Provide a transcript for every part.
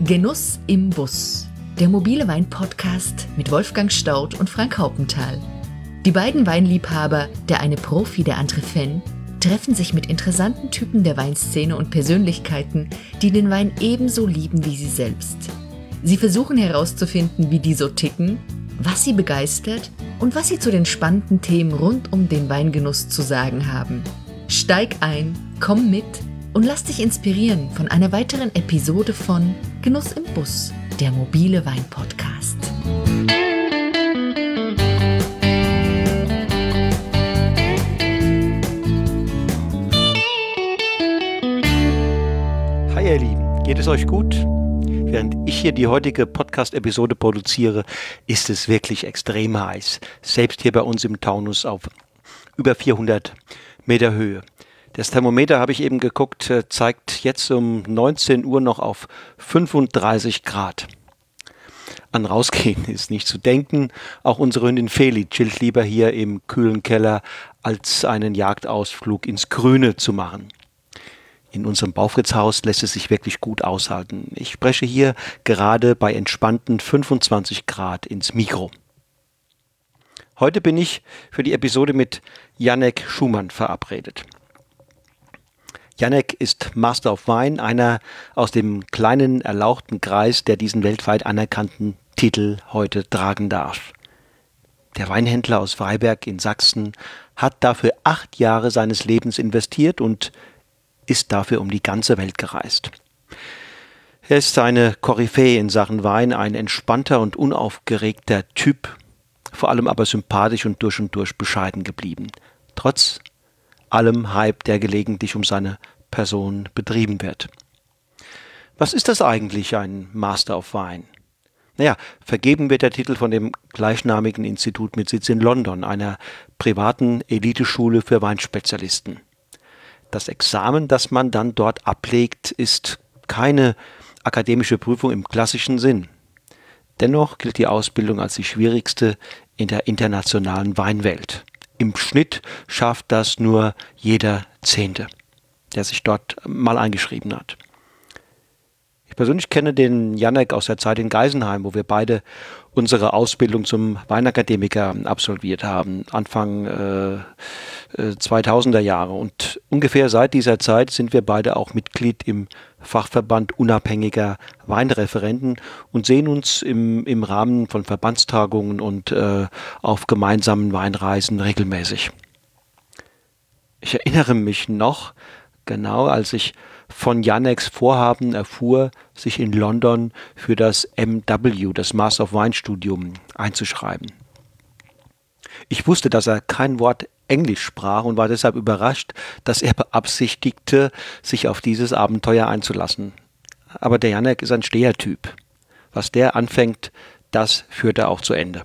Genuss im Bus, der mobile Wein-Podcast mit Wolfgang Staudt und Frank Haupenthal. Die beiden Weinliebhaber, der eine Profi, der andere Fan, treffen sich mit interessanten Typen der Weinszene und Persönlichkeiten, die den Wein ebenso lieben wie sie selbst. Sie versuchen herauszufinden, wie die so ticken, was sie begeistert und was sie zu den spannenden Themen rund um den Weingenuss zu sagen haben. Steig ein, komm mit und lass dich inspirieren von einer weiteren Episode von Genuss im Bus, der mobile Wein-Podcast. Hi ihr Lieben, geht es euch gut? Während ich hier die heutige Podcast-Episode produziere, ist es wirklich extrem heiß. Selbst hier bei uns im Taunus auf über 400 Meter Höhe. Das Thermometer, habe ich eben geguckt, zeigt jetzt um 19 Uhr noch auf 35 Grad. An Rausgehen ist nicht zu denken. Auch unsere Hündin Feli chillt lieber hier im kühlen Keller, als einen Jagdausflug ins Grüne zu machen. In unserem Baufritzhaus lässt es sich wirklich gut aushalten. Ich spreche hier gerade bei entspannten 25 Grad ins Mikro. Heute bin ich für die Episode mit Janek Schumann verabredet. Janek ist Master of Wine, einer aus dem kleinen, erlauchten Kreis, der diesen weltweit anerkannten Titel heute tragen darf. Der Weinhändler aus Freiberg in Sachsen hat dafür 8 Jahre seines Lebens investiert und ist dafür um die ganze Welt gereist. Er ist eine Koryphäe in Sachen Wein, ein entspannter und unaufgeregter Typ, vor allem aber sympathisch und durch bescheiden geblieben. Trotz allem Hype, der gelegentlich um seine Person betrieben wird. Was ist das eigentlich, ein Master of Wine? Naja, vergeben wird der Titel von dem gleichnamigen Institut mit Sitz in London, einer privaten Eliteschule für Weinspezialisten. Das Examen, das man dann dort ablegt, ist keine akademische Prüfung im klassischen Sinn. Dennoch gilt die Ausbildung als die schwierigste in der internationalen Weinwelt. Im Schnitt schafft das nur jeder 10., der sich dort mal eingeschrieben hat. Ich persönlich kenne den Janek aus der Zeit in Geisenheim, wo wir beide unsere Ausbildung zum Weinakademiker absolviert haben, Anfang 2000er Jahre. Und ungefähr seit dieser Zeit sind wir beide auch Mitglied im Fachverband unabhängiger Weinreferenten und sehen uns im Rahmen von Verbandstagungen und auf gemeinsamen Weinreisen regelmäßig. Ich erinnere mich noch genau, als ich von Janeks Vorhaben erfuhr, sich in London für das MW, das Master of Wine Studium, einzuschreiben. Ich wusste, dass er kein Wort Englisch sprach und war deshalb überrascht, dass er beabsichtigte, sich auf dieses Abenteuer einzulassen. Aber der Janek ist ein Stehertyp. Was der anfängt, das führt er auch zu Ende.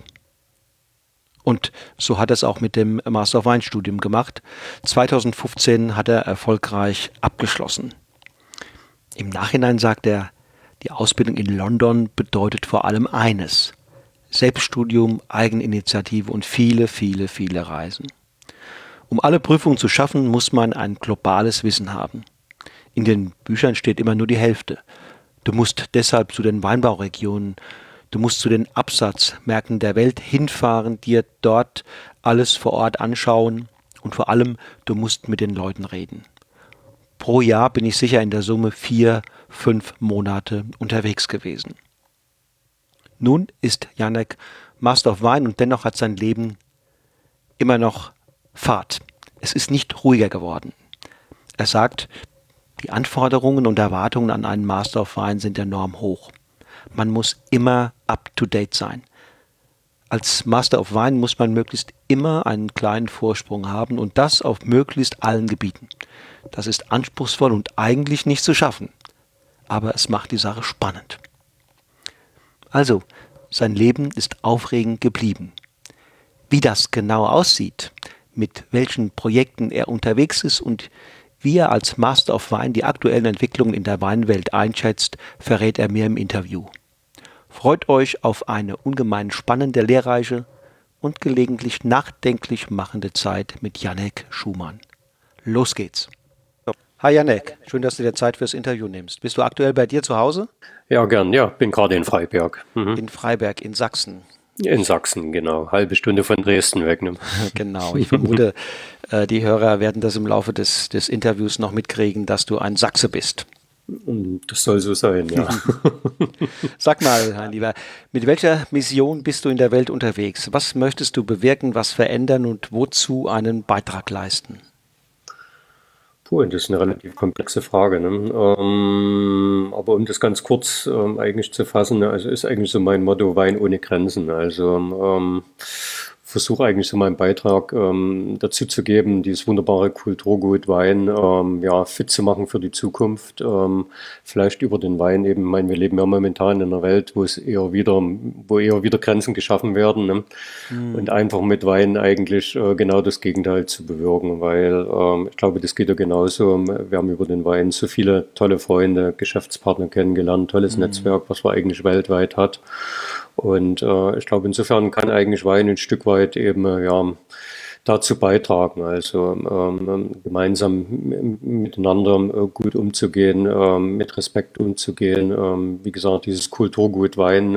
Und so hat er es auch mit dem Master of Wine Studium gemacht. 2015 hat er erfolgreich abgeschlossen. Im Nachhinein sagt er, die Ausbildung in London bedeutet vor allem eines: Selbststudium, Eigeninitiative und viele, viele, viele Reisen. Um alle Prüfungen zu schaffen, muss man ein globales Wissen haben. In den Büchern steht immer nur die Hälfte. Du musst deshalb zu den Weinbauregionen, du musst zu den Absatzmärkten der Welt hinfahren, dir dort alles vor Ort anschauen und vor allem, du musst mit den Leuten reden. Pro Jahr bin ich sicher in der Summe 4-5 Monate unterwegs gewesen. Nun ist Janek Master of Wine und dennoch hat sein Leben immer noch Fahrt. Es ist nicht ruhiger geworden. Er sagt, die Anforderungen und Erwartungen an einen Master of Wine sind enorm hoch. Man muss immer up-to-date sein. Als Master of Wine muss man möglichst immer einen kleinen Vorsprung haben und das auf möglichst allen Gebieten. Das ist anspruchsvoll und eigentlich nicht zu schaffen. Aber es macht die Sache spannend. Also, sein Leben ist aufregend geblieben. Wie das genau aussieht, mit welchen Projekten er unterwegs ist und wie er als Master of Wine die aktuellen Entwicklungen in der Weinwelt einschätzt, verrät er mir im Interview. Freut euch auf eine ungemein spannende, lehrreiche und gelegentlich nachdenklich machende Zeit mit Janek Schumann. Los geht's. Hi Janek, schön, dass du dir Zeit fürs Interview nimmst. Bist du aktuell bei dir zu Hause? Ja, gern. Ja, bin gerade in Freiberg. In Freiberg in Sachsen. In Sachsen, genau. Halbe Stunde von Dresden weg. Ne? Genau. Ich vermute, die Hörer werden das im Laufe des Interviews noch mitkriegen, dass du ein Sachse bist. Das soll so sein, ja. Sag mal, mein Lieber, mit welcher Mission bist du in der Welt unterwegs? Was möchtest du bewirken, was verändern und wozu einen Beitrag leisten? Puh, das ist eine relativ komplexe Frage. Ne? Aber um das ganz kurz eigentlich zu fassen, also ist eigentlich so mein Motto Wein ohne Grenzen. Also versuche eigentlich so meinen Beitrag dazu zu geben, dieses wunderbare Kulturgut Wein ja, fit zu machen für die Zukunft. Vielleicht über den Wein eben, ich meine, wir leben ja momentan in einer Welt, wo eher wieder Grenzen geschaffen werden. Ne? Und einfach mit Wein eigentlich genau das Gegenteil zu bewirken, weil ich glaube, das geht ja genauso. Wir haben über den Wein so viele tolle Freunde, Geschäftspartner kennengelernt, tolles Netzwerk, was man eigentlich weltweit hat. Und ich glaube, insofern kann eigentlich Wein ein Stück weit eben ja, dazu beitragen, also gemeinsam miteinander gut umzugehen, mit Respekt umzugehen. Wie gesagt, dieses Kulturgut Wein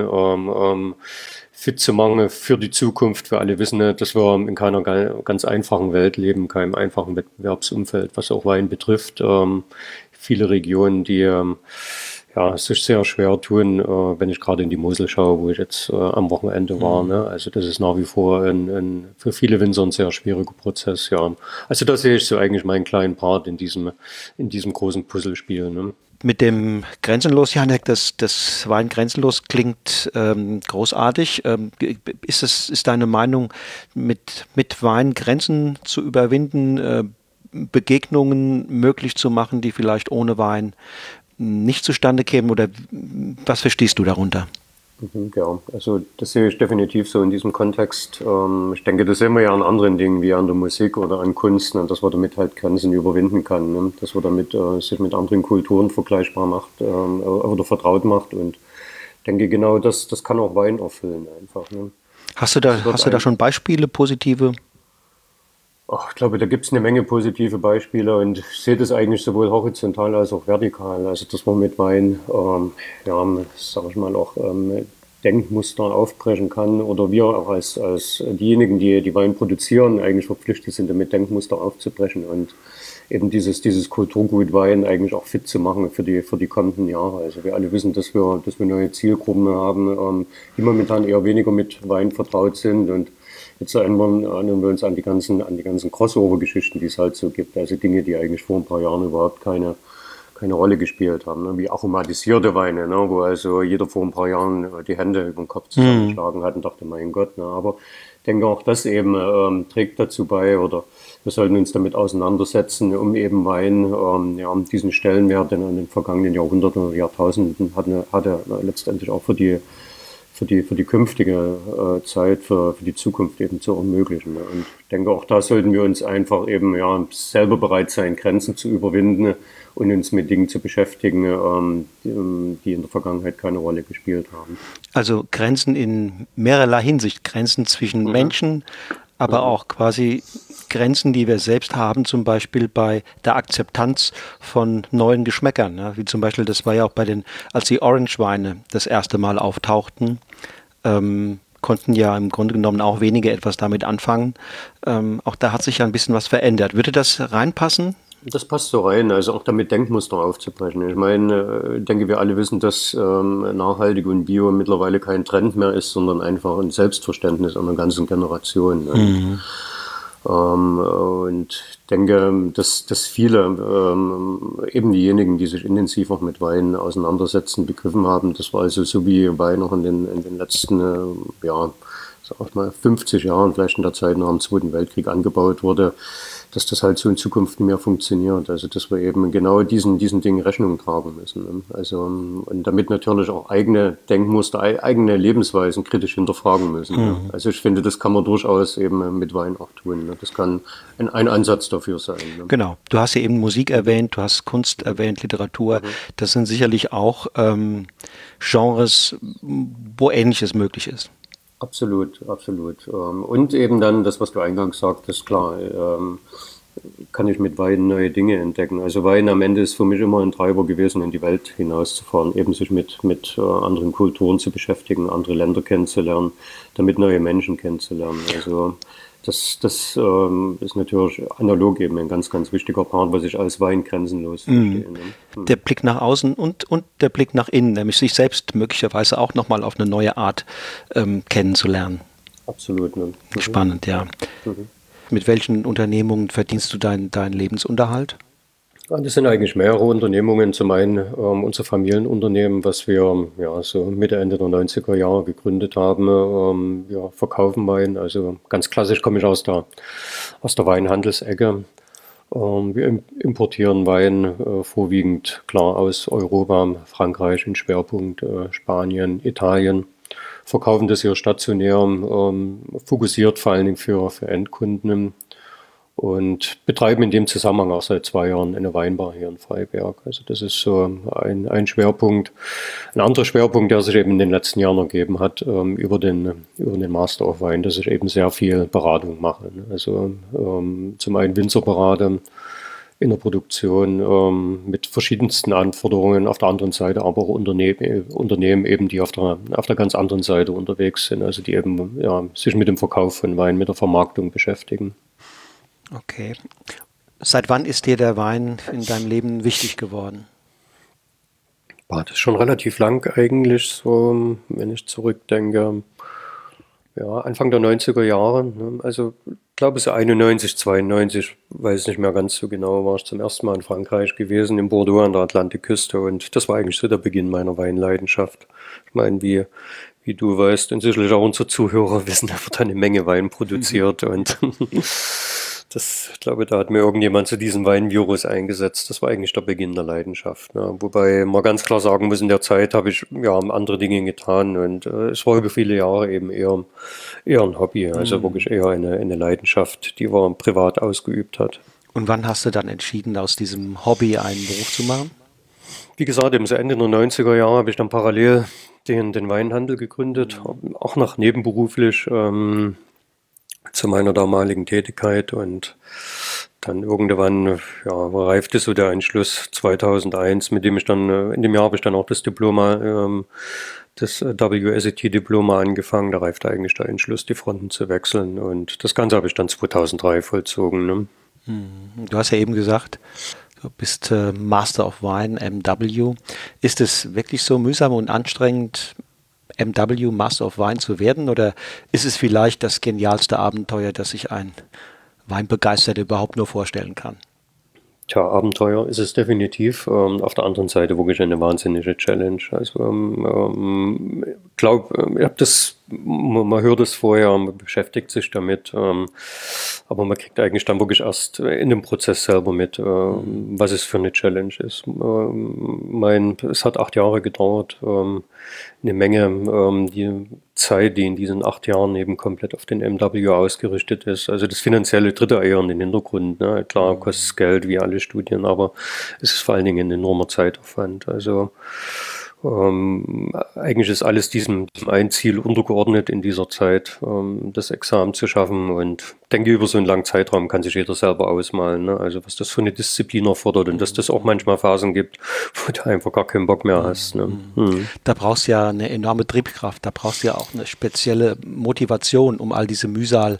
fit zu machen für die Zukunft. Wir alle wissen, dass wir in keiner ganz einfachen Welt leben, keinem einfachen Wettbewerbsumfeld, was auch Wein betrifft. Viele Regionen, die ja, es ist sehr schwer tun, wenn ich gerade in die Mosel schaue, wo ich jetzt am Wochenende war. Ne? Also das ist nach wie vor für viele Winzer ein sehr schwieriger Prozess. Ja, also da sehe ich so eigentlich meinen kleinen Part in diesem großen Puzzlespiel. Ne? Mit dem Grenzenlos, Janek, das Wein Grenzenlos klingt großartig. Ist deine Meinung, mit Wein Grenzen zu überwinden, Begegnungen möglich zu machen, die vielleicht ohne Wein nicht zustande kämen, oder was verstehst du darunter? Ja, also das sehe ich definitiv so in diesem Kontext. Ich denke, das sehen wir ja an anderen Dingen wie an der Musik oder an Kunst, ne, dass man damit halt Grenzen überwinden kann, ne, dass man damit sich mit anderen Kulturen vergleichbar macht oder vertraut macht, und ich denke, genau das kann auch Wein erfüllen einfach. Ne. Hast du da schon Beispiele, positive? Ach, ich glaube, da gibt es eine Menge positive Beispiele, und ich sehe das eigentlich sowohl horizontal als auch vertikal. Also, dass man mit Wein, ja, sag ich mal, auch Denkmuster aufbrechen kann, oder wir auch als diejenigen, die Wein produzieren, eigentlich verpflichtet sind, damit Denkmuster aufzubrechen und eben dieses Kulturgut Wein eigentlich auch fit zu machen für die kommenden Jahre. Also wir alle wissen, dass wir neue Zielgruppen haben, die momentan eher weniger mit Wein vertraut sind, und jetzt erinnern wir uns an die ganzen Crossover-Geschichten, die es halt so gibt. Also Dinge, die eigentlich vor ein paar Jahren überhaupt keine Rolle gespielt haben, ne? Wie aromatisierte Weine, ne? Wo also jeder vor ein paar Jahren die Hände über den Kopf zusammengeschlagen hat und dachte, mein Gott, ne? Aber ich denke auch, das eben trägt dazu bei, oder wir sollten uns damit auseinandersetzen, um eben Wein, ja, diesen Stellenwert, den er in den vergangenen Jahrhunderten oder Jahrtausenden hatte letztendlich auch für die künftige Zeit, für die Zukunft eben zu ermöglichen. Und ich denke, auch da sollten wir uns einfach eben ja selber bereit sein, Grenzen zu überwinden und uns mit Dingen zu beschäftigen, die in der Vergangenheit keine Rolle gespielt haben. Also Grenzen in mehrerlei Hinsicht, Grenzen zwischen Menschen, aber auch quasi Grenzen, die wir selbst haben, zum Beispiel bei der Akzeptanz von neuen Geschmäckern. Ja, wie zum Beispiel, das war ja auch als die Orange-Weine das erste Mal auftauchten, konnten ja im Grunde genommen auch wenige etwas damit anfangen. Auch da hat sich ja ein bisschen was verändert. Würde das reinpassen? Das passt so rein, also auch damit Denkmuster aufzubrechen. Ich meine, ich denke, wir alle wissen, dass nachhaltig und Bio mittlerweile kein Trend mehr ist, sondern einfach ein Selbstverständnis einer ganzen Generation. Und ich denke, dass viele, eben diejenigen, die sich intensiv auch mit Wein auseinandersetzen, begriffen haben, das war also so, wie Wein auch in den letzten, ja, sag ich mal, 50 Jahren, vielleicht in der Zeit nach dem Zweiten Weltkrieg angebaut wurde, dass das halt so in Zukunft nicht mehr funktioniert. Also dass wir eben genau diesen Dingen Rechnung tragen müssen. Ne? Also und damit natürlich auch eigene Denkmuster, eigene Lebensweisen kritisch hinterfragen müssen. Ne? Also ich finde, das kann man durchaus eben mit Wein auch tun. Ne? Das kann ein Ansatz dafür sein. Ne? Genau. Du hast ja eben Musik erwähnt, du hast Kunst erwähnt, Literatur. Das sind sicherlich auch Genres, wo Ähnliches möglich ist. Absolut, absolut. Und eben dann das, was du eingangs sagtest, klar, kann ich mit Wein neue Dinge entdecken. Also Wein am Ende ist für mich immer ein Treiber gewesen, in die Welt hinauszufahren, eben sich mit anderen Kulturen zu beschäftigen, andere Länder kennenzulernen, damit neue Menschen kennenzulernen. Also das ist natürlich analog eben ein ganz, ganz wichtiger Part, was ich als Wein grenzenlos verstehe. Ne? Der Blick nach außen und der Blick nach innen, nämlich sich selbst möglicherweise auch nochmal auf eine neue Art kennenzulernen. Absolut. Ne? Spannend, ja. Mit welchen Unternehmungen verdienst du deinen Lebensunterhalt? Ja, das sind eigentlich mehrere Unternehmungen. Zum einen unser Familienunternehmen, was wir so Mitte, Ende der 90er Jahre gegründet haben. Wir verkaufen Wein. Also ganz klassisch komme ich aus der Weinhandelsecke. Wir importieren Wein vorwiegend klar aus Europa, Frankreich in Schwerpunkt, Spanien, Italien. Verkaufen das hier stationär, fokussiert vor allen Dingen für Endkunden und betreiben in dem Zusammenhang auch seit 2 Jahren eine Weinbar hier in Freiberg. Also das ist so ein Schwerpunkt. Ein anderer Schwerpunkt, der sich eben in den letzten Jahren ergeben hat, über den Master of Wine, dass ich eben sehr viel Beratung mache. Also zum einen Winzerberater in der Produktion mit verschiedensten Anforderungen, auf der anderen Seite aber auch Unternehmen eben, die auf der ganz anderen Seite unterwegs sind, also die eben sich mit dem Verkauf von Wein, mit der Vermarktung beschäftigen. Okay. Seit wann ist dir der Wein in deinem Leben wichtig geworden? Das ist schon relativ lang eigentlich, so wenn ich zurückdenke. Ja, Anfang der 90er Jahre, ne? Also ich glaube so 91, 92, weiß nicht mehr ganz so genau, war ich zum ersten Mal in Frankreich gewesen, in Bordeaux an der Atlantikküste, und das war eigentlich so der Beginn meiner Weinleidenschaft. Ich meine, wie du weißt und sicherlich auch unsere Zuhörer wissen, da wird eine Menge Wein produziert und ich glaube, da hat mir irgendjemand zu diesem Weinvirus eingesetzt. Das war eigentlich der Beginn der Leidenschaft. Ne? Wobei man ganz klar sagen muss, in der Zeit habe ich andere Dinge getan und es war über viele Jahre eben eher ein Hobby, also wirklich eher eine Leidenschaft, die man privat ausgeübt hat. Und wann hast du dann entschieden, aus diesem Hobby einen Beruf zu machen? Wie gesagt, eben so Ende der 90er Jahre habe ich dann parallel den Weinhandel gegründet, auch noch nebenberuflich zu meiner damaligen Tätigkeit, und dann irgendwann reifte so der Entschluss 2001, in dem Jahr habe ich dann auch das Diploma, das WSET-Diploma angefangen. Da reifte eigentlich der Entschluss, die Fronten zu wechseln, und das Ganze habe ich dann 2003 vollzogen. Ne? Du hast ja eben gesagt, du bist Master of Wine, MW. Ist es wirklich so mühsam und anstrengend, MW Master of Wine zu werden, oder ist es vielleicht das genialste Abenteuer, das sich ein Weinbegeisterter überhaupt nur vorstellen kann? Tja, Abenteuer ist es definitiv. Auf der anderen Seite wirklich eine wahnsinnige Challenge. Also man hört es vorher, man beschäftigt sich damit, aber man kriegt eigentlich dann wirklich erst in dem Prozess selber mit, was es für eine Challenge ist. Es hat 8 Jahre gedauert, eine Menge, die Zeit, die in diesen 8 Jahren eben komplett auf den MW ausgerichtet ist. Also das Finanzielle tritt eher in den Hintergrund. Ne? Klar, kostet es Geld wie alle Studien, aber es ist vor allen Dingen ein enormer Zeitaufwand. Also eigentlich ist alles diesem ein Ziel untergeordnet in dieser Zeit, das Examen zu schaffen, und ich denke, über so einen langen Zeitraum kann sich jeder selber ausmalen, ne? Also was das für eine Disziplin erfordert, und dass das auch manchmal Phasen gibt, wo du einfach gar keinen Bock mehr hast. Ne? Da brauchst du ja eine enorme Triebkraft, da brauchst du ja auch eine spezielle Motivation, um all diese Mühsal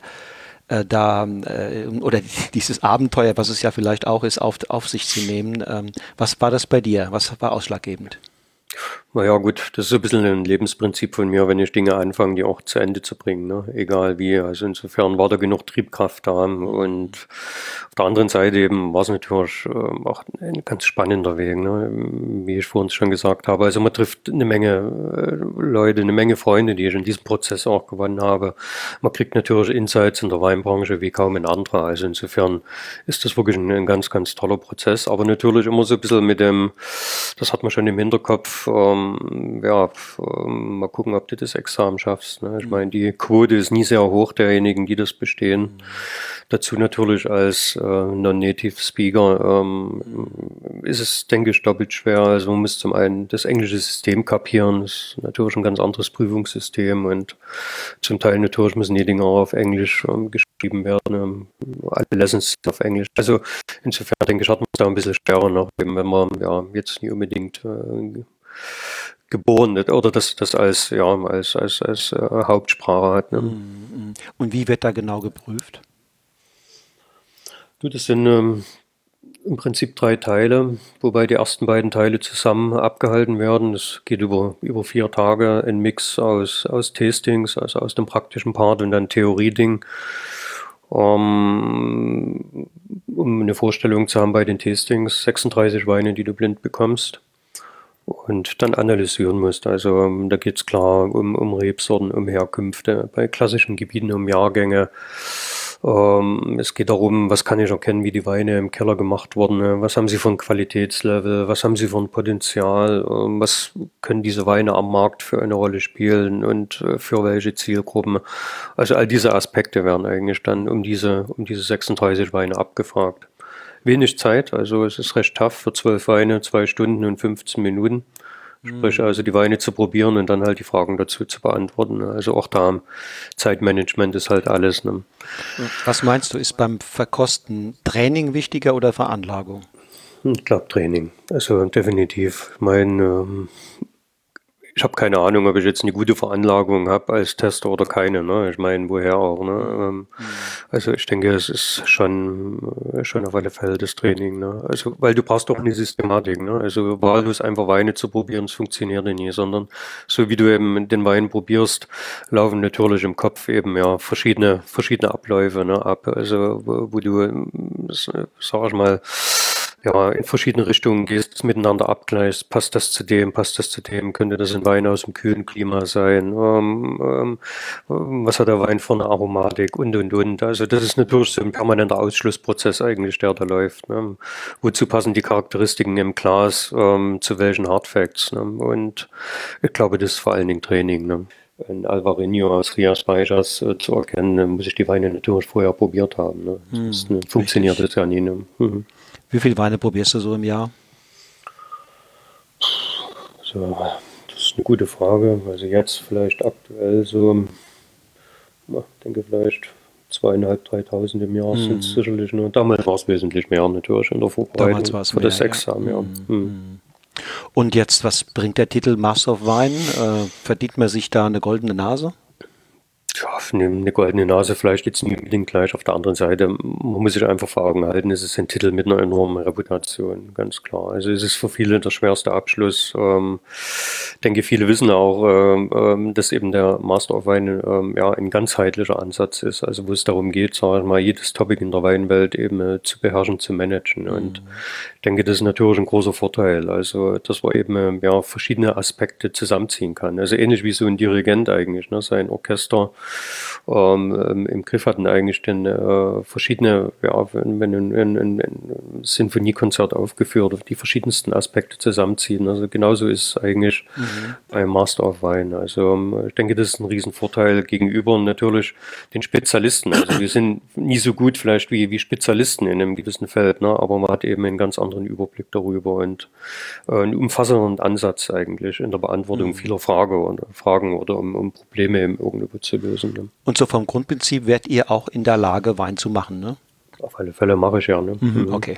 oder dieses Abenteuer, was es ja vielleicht auch ist, auf sich zu nehmen. Was war das bei dir? Was war ausschlaggebend? Naja, gut, das ist so ein bisschen ein Lebensprinzip von mir, wenn ich Dinge anfange, die auch zu Ende zu bringen, ne? Egal wie. Also insofern war da genug Triebkraft da, und auf der anderen Seite eben war es natürlich auch ein ganz spannender Weg, ne? Wie ich vorhin schon gesagt habe. Also man trifft eine Menge Leute, eine Menge Freunde, die ich in diesem Prozess auch gewonnen habe. Man kriegt natürlich Insights in der Weinbranche wie kaum ein anderer. Also insofern ist das wirklich ein ganz, ganz toller Prozess, aber natürlich immer so ein bisschen das hat man schon im Hinterkopf, mal gucken, ob du das Examen schaffst. Ne? Ich meine, die Quote ist nie sehr hoch derjenigen, die das bestehen. Dazu natürlich als Non-Native Speaker ist es, denke ich, doppelt schwer. Also man muss zum einen das englische System kapieren. Das ist natürlich ein ganz anderes Prüfungssystem und zum Teil natürlich müssen die Dinge auch auf Englisch geschrieben werden. Alle Lessons sind auf Englisch. Also insofern denke ich, hat man es da ein bisschen schwerer noch, eben wenn man jetzt nicht unbedingt geboren wird oder das als Hauptsprache hat. Ne? Und wie wird da genau geprüft? Das sind im Prinzip 3 Teile, wobei die ersten beiden Teile zusammen abgehalten werden. Es geht über 4 Tage, ein Mix aus Tastings, also aus dem praktischen Part und dann Theorie-Ding. Um eine Vorstellung zu haben bei den Tastings, 36 Weine, die du blind bekommst und dann analysieren musst. Also da geht es klar um Rebsorten, um Herkünfte, bei klassischen Gebieten um Jahrgänge. Es geht darum, was kann ich erkennen, wie die Weine im Keller gemacht wurden, was haben sie für ein Qualitätslevel, was haben sie für ein Potenzial, was können diese Weine am Markt für eine Rolle spielen und für welche Zielgruppen. Also all diese Aspekte werden eigentlich dann um diese 36 Weine abgefragt. Wenig Zeit, also es ist recht tough für 12 Weine, 2 Stunden und 15 Minuten. Sprich also die Weine zu probieren und dann halt die Fragen dazu zu beantworten. Also auch da Zeitmanagement ist halt alles. Ne? Was meinst du, ist beim Verkosten Training wichtiger oder Veranlagung? Ich glaube Training, also definitiv. Ich habe keine Ahnung, ob ich jetzt eine gute Veranlagung habe als Tester oder keine. Ne? Ich meine, woher auch. Ne? Also ich denke, es ist schon auf alle Fälle das Training. Ne? Also, weil du brauchst doch eine Systematik. Ne? Also wahllos einfach Weine zu probieren, das funktioniert ja nie, sondern so wie du eben den Wein probierst, laufen natürlich im Kopf eben verschiedene Abläufe ab. Also wo du, sag ich mal, in verschiedene Richtungen gehst, miteinander abgleichst, passt das zu dem, könnte das ein Wein aus dem kühlen Klima sein, was hat der Wein für eine Aromatik und. Also das ist natürlich so ein permanenter Ausschlussprozess eigentlich, der da läuft. Ne? Wozu passen die Charakteristiken im Glas, zu welchen Hardfacts? Ne? Und ich glaube, das ist vor allen Dingen Training. Ne? Ein Alvarinho aus Rías Baixas zu erkennen, muss ich die Weine natürlich vorher probiert haben. Ne? Sonst funktioniert das ja nie. Ne? Wie viele Weine probierst du so im Jahr? So, das ist eine gute Frage. Also jetzt vielleicht aktuell so, ich denke vielleicht 2.500, 3.000 im Jahr sind es sicherlich. Ne? Damals war es wesentlich mehr natürlich in der Vorbereitung für das Examen. Und jetzt, was bringt der Titel Master of Wine? Verdient man sich da eine goldene Nase? Ja, eine goldene Nase vielleicht jetzt nicht unbedingt gleich. Auf der anderen Seite, man muss sich einfach vor Augen halten, es ist ein Titel mit einer enormen Reputation, ganz klar. Also es ist für viele der schwerste Abschluss. Ich denke, viele wissen auch, dass eben der Master of Wine ein ganzheitlicher Ansatz ist, also wo es darum geht, sage ich mal, jedes Topic in der Weinwelt eben zu beherrschen, zu managen. Und ich denke, das ist natürlich ein großer Vorteil, also dass man eben verschiedene Aspekte zusammenziehen kann. Also ähnlich wie so ein Dirigent eigentlich, ne, sein Orchester im Griff hatten eigentlich denn verschiedene, wenn ein Sinfoniekonzert aufgeführt, die verschiedensten Aspekte zusammenziehen. Also genauso ist es eigentlich beim Master of Wine. Also ich denke, das ist ein Riesenvorteil gegenüber natürlich den Spezialisten. Also wir sind nie so gut vielleicht wie Spezialisten in einem gewissen Feld, ne? Aber man hat eben einen ganz anderen Überblick darüber und einen umfassenden Ansatz eigentlich in der Beantwortung vieler Fragen oder um Probleme eben irgendwo zu lösen. Ne? Und so vom Grundprinzip wärt ihr auch in der Lage, Wein zu machen, ne? Auf alle Fälle mache ich ja. Ne? Okay.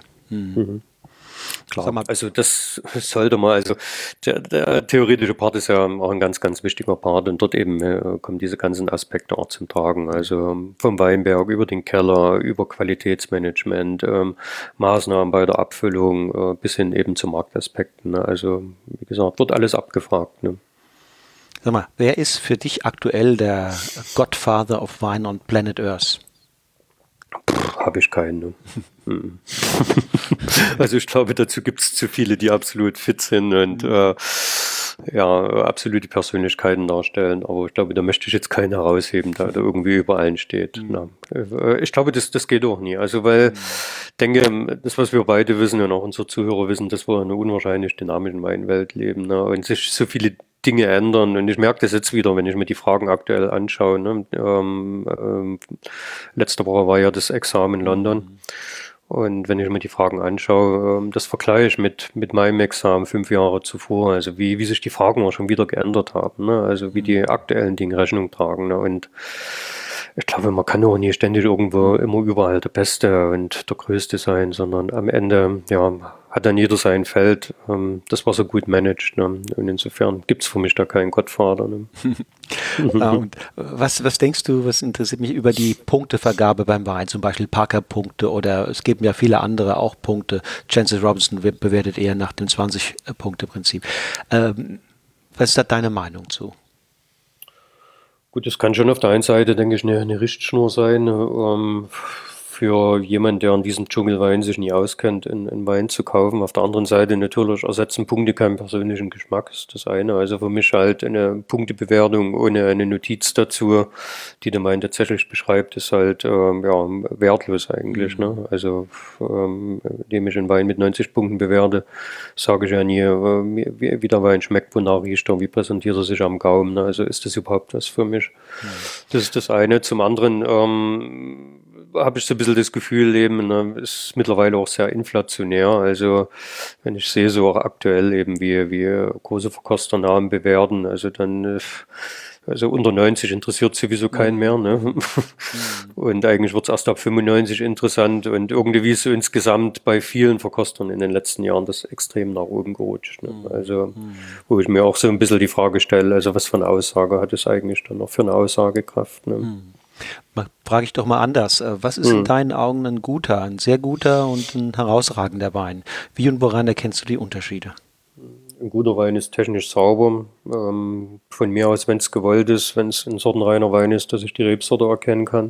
Klar. Sag mal, also das sollte man, also der theoretische Part ist ja auch ein ganz, ganz wichtiger Part und dort eben kommen diese ganzen Aspekte auch zum Tragen. Also vom Weinberg über den Keller, über Qualitätsmanagement, Maßnahmen bei der Abfüllung bis hin eben zu Marktaspekten. Ne? Also wie gesagt, wird alles abgefragt. Ne? Sag mal, wer ist für dich aktuell der Godfather of Wine on Planet Earth? Habe ich keinen. Ne? Also ich glaube, dazu gibt es zu viele, die absolut fit sind und ja, absolute Persönlichkeiten darstellen. Aber ich glaube, da möchte ich jetzt keinen herausheben, der irgendwie über allen steht. Na, ich glaube, das geht auch nie. Also, weil ich denke, das, was wir beide wissen und auch unsere Zuhörer wissen, dass wir in einer unwahrscheinlich dynamischen Welt leben, ne? Und sich so viele Dinge ändern. Und ich merke das jetzt wieder, wenn ich mir die Fragen aktuell anschaue. Ne? Letzte Woche war ja das Examen in London. Und wenn ich mir die Fragen anschaue, das vergleiche mit meinem Examen 5 Jahre zuvor, also wie sich die Fragen auch schon wieder geändert haben, ne? Also wie die aktuellen Dinge Rechnung tragen. Ne? Und ich glaube, man kann auch nie ständig irgendwo immer überall der Beste und der Größte sein, sondern am Ende, ja, hat dann jeder sein Feld, das was er gut managt. Ne? Und insofern gibt es für mich da keinen Gottvater. Ne? Und was denkst du, was interessiert mich über die Punktevergabe beim Wein, zum Beispiel Parker-Punkte oder es gibt ja viele andere auch Punkte. Francis Robinson bewertet eher nach dem 20-Punkte-Prinzip. Was ist da deine Meinung zu? Gut, das kann schon auf der einen Seite, denke ich, eine Richtschnur sein, für jemanden, der in diesem Dschungelwein sich nie auskennt, einen Wein zu kaufen. Auf der anderen Seite natürlich ersetzen Punkte keinen persönlichen Geschmack, ist das eine. Also für mich halt eine Punktebewertung ohne eine Notiz dazu, die den Wein tatsächlich beschreibt, ist halt ja, wertlos eigentlich. Ne? Also indem ich einen Wein mit 90 Punkten bewerte, sage ich ja nie, wie der Wein schmeckt, wonach riecht er, wie präsentiert er sich am Gaumen. Ne? Also ist das überhaupt was für mich? Das ist das eine. Zum anderen habe ich so ein bisschen das Gefühl, eben, ne, ist mittlerweile auch sehr inflationär. Also wenn ich sehe, so auch aktuell eben, wie große Verkosternamen bewerten, also dann also unter 90 interessiert sowieso keinen mehr. Ne? Und eigentlich wird es erst ab 95 interessant und irgendwie ist so insgesamt bei vielen Verkostern in den letzten Jahren das extrem nach oben gerutscht. Ne? Also wo ich mir auch so ein bisschen die Frage stelle, also was für eine Aussage hat es eigentlich dann noch für eine Aussagekraft? Ne? Frage ich doch mal anders. Was ist in deinen Augen ein guter, ein sehr guter und ein herausragender Wein? Wie und woran erkennst du die Unterschiede? Ein guter Wein ist technisch sauber. Von mir aus, wenn es gewollt ist, wenn es ein sortenreiner Wein ist, dass ich die Rebsorte erkennen kann.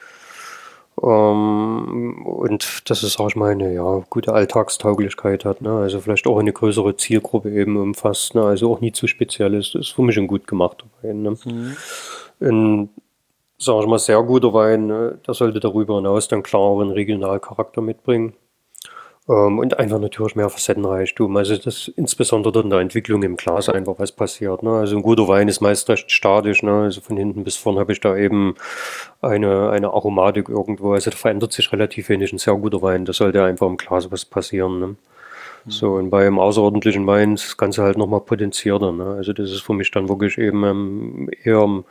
Und dass es, sag ich mal, eine ja, gute Alltagstauglichkeit hat. Ne? Also vielleicht auch eine größere Zielgruppe eben umfasst. Ne? Also auch nie zu speziell ist. Das ist für mich ein gut gemachter Wein. Ne? Ein, sag ich mal, sehr guter Wein, der sollte darüber hinaus dann klareren Regionalcharakter mitbringen. Und einfach natürlich mehr Facettenreichtum. Also das insbesondere dort in der Entwicklung im Glas einfach was passiert. Ne? Also ein guter Wein ist meist recht statisch. Ne? Also von hinten bis vorn habe ich da eben eine Aromatik irgendwo. Also da verändert sich relativ wenig. Ein sehr guter Wein, da sollte einfach im Glas was passieren. Ne? So, und bei einem außerordentlichen Wein ist das Ganze halt nochmal potenzierter. Ne? Also das ist für mich dann wirklich eben eher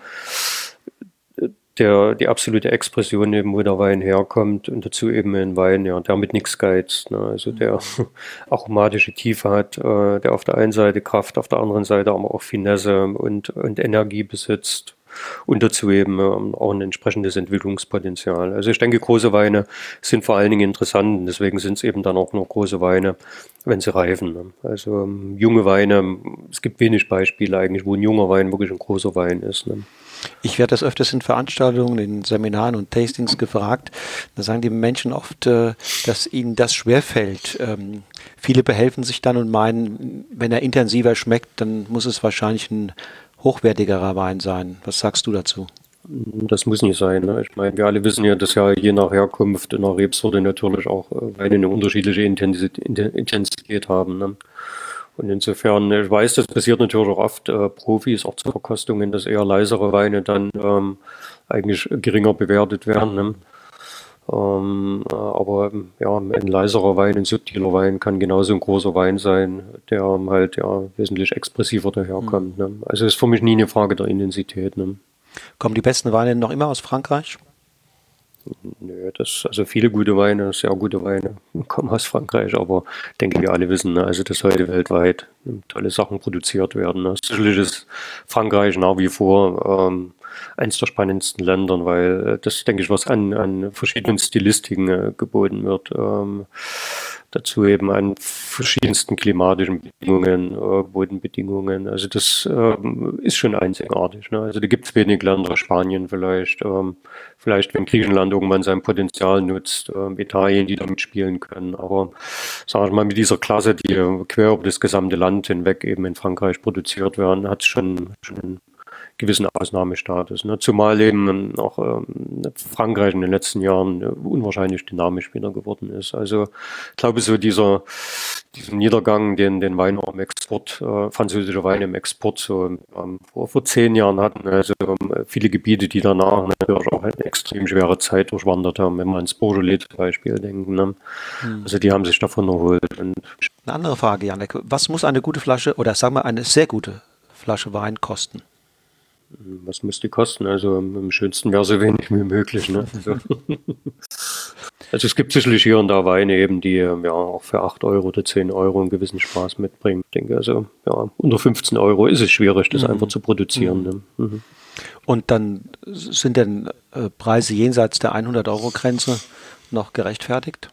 die absolute Expression eben, wo der Wein herkommt und dazu eben ein Wein, ja, der mit nichts geizt, ne? Also der aromatische Tiefe hat, der auf der einen Seite Kraft, auf der anderen Seite aber auch Finesse und Energie besitzt und dazu eben auch ein entsprechendes Entwicklungspotenzial. Also ich denke, große Weine sind vor allen Dingen interessant und deswegen sind es eben dann auch nur große Weine, wenn sie reifen. Ne? Also junge Weine, es gibt wenig Beispiele eigentlich, wo ein junger Wein wirklich ein großer Wein ist. Ne? Ich werde das öfters in Veranstaltungen, in Seminaren und Tastings gefragt. Da sagen die Menschen oft, dass ihnen das schwerfällt. Viele behelfen sich dann und meinen, wenn er intensiver schmeckt, dann muss es wahrscheinlich ein hochwertigerer Wein sein. Was sagst du dazu? Das muss nicht sein. Ne? Ich meine, wir alle wissen ja, dass ja je nach Herkunft in der Rebsorte natürlich auch Weine eine unterschiedliche Intensität haben. Ne? Und insofern, ich weiß, das passiert natürlich auch oft Profis, auch zur Verkostungen, dass eher leisere Weine dann eigentlich geringer bewertet werden. Ne? Aber ja, ein leiserer Wein, ein subtiler Wein kann genauso ein großer Wein sein, der halt ja wesentlich expressiver daherkommt. Ne? Also ist für mich nie eine Frage der Intensität. Ne? Kommen die besten Weine noch immer aus Frankreich? Nö, also viele gute Weine, sehr gute Weine kommen aus Frankreich, aber ich denke, wir alle wissen, ne, also dass heute weltweit tolle Sachen produziert werden. Ne. Sicherlich ist Frankreich nach wie vor eins der spannendsten Länder, weil das, denke ich, was an verschiedenen Stilistiken geboten wird. Dazu eben an verschiedensten klimatischen Bedingungen, Bodenbedingungen. Also das ist schon einzigartig. Ne? Also da gibt es wenig Länder, Spanien vielleicht, vielleicht wenn Griechenland irgendwann sein Potenzial nutzt, Italien, die da mitspielen können. Aber sagen wir mal, mit dieser Klasse, die quer über das gesamte Land hinweg eben in Frankreich produziert werden, hat es schon einen gewissen Ausnahmestatus. Ne? Zumal eben auch Frankreich in den letzten Jahren unwahrscheinlich dynamisch wieder geworden ist. Also ich glaube, so diesen Niedergang, den Wein auch im Export, französische Weine im Export so vor 10 Jahren hatten, also viele Gebiete, die danach natürlich auch eine extrem schwere Zeit durchwandert haben, wenn wir ans Beaujolais zum Beispiel denken. Ne? Also die haben sich davon erholt. Und eine andere Frage, Janek. Was muss eine gute Flasche oder sagen wir eine sehr gute Flasche Wein kosten? was muss die kosten? Also am schönsten wäre so wenig wie möglich. Ne? Also es gibt sicherlich hier und da Weine eben, die ja auch für 8 Euro oder 10 Euro einen gewissen Spaß mitbringen. Ich denke also, ja, unter 15 Euro ist es schwierig, das einfach zu produzieren. Ne? Und dann sind denn Preise jenseits der 100-Euro-Grenze noch gerechtfertigt?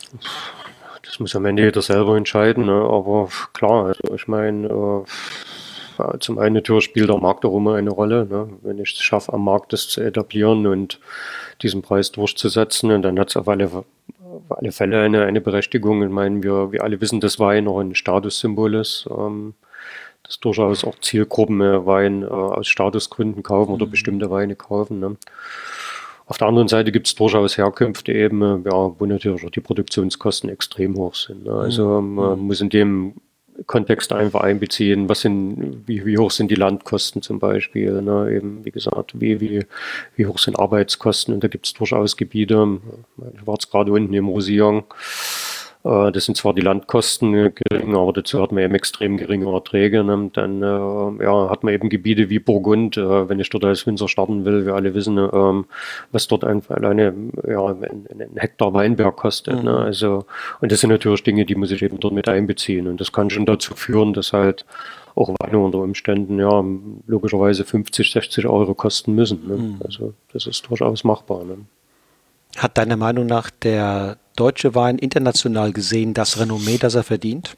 Das muss am Ende jeder selber entscheiden, ne? Aber klar, also ich meine, zum einen natürlich spielt der Markt auch immer eine Rolle. Ne? Wenn ich es schaffe, am Markt das zu etablieren und diesen Preis durchzusetzen, und dann hat es auf alle Fälle eine Berechtigung. Ich meine, wir alle wissen, dass Wein auch ein Statussymbol ist. Dass durchaus auch Zielgruppen Wein aus Statusgründen kaufen oder bestimmte Weine kaufen. Ne? Auf der anderen Seite gibt es durchaus Herkünfte eben, wo natürlich auch die Produktionskosten extrem hoch sind. Ne? Also man muss in dem Kontext einfach einbeziehen, wie hoch sind die Landkosten zum Beispiel, ne? Eben, wie gesagt, wie hoch sind Arbeitskosten, und da gibt es durchaus Gebiete, ich war jetzt gerade unten im Roussillon, das sind zwar die Landkosten gering, aber dazu hat man eben extrem geringe Erträge. Ne? Dann hat man eben Gebiete wie Burgund, wenn ich dort als Winzer starten will, wir alle wissen, was dort einfach alleine ein Hektar Weinberg kostet. Ne? Also, und das sind natürlich Dinge, die muss ich eben dort mit einbeziehen. Und das kann schon dazu führen, dass halt auch Weine unter Umständen logischerweise 50, 60 Euro kosten müssen. Ne? Also das ist durchaus machbar. Ne? Hat deiner Meinung nach der deutsche Wein international gesehen das Renommee, das er verdient?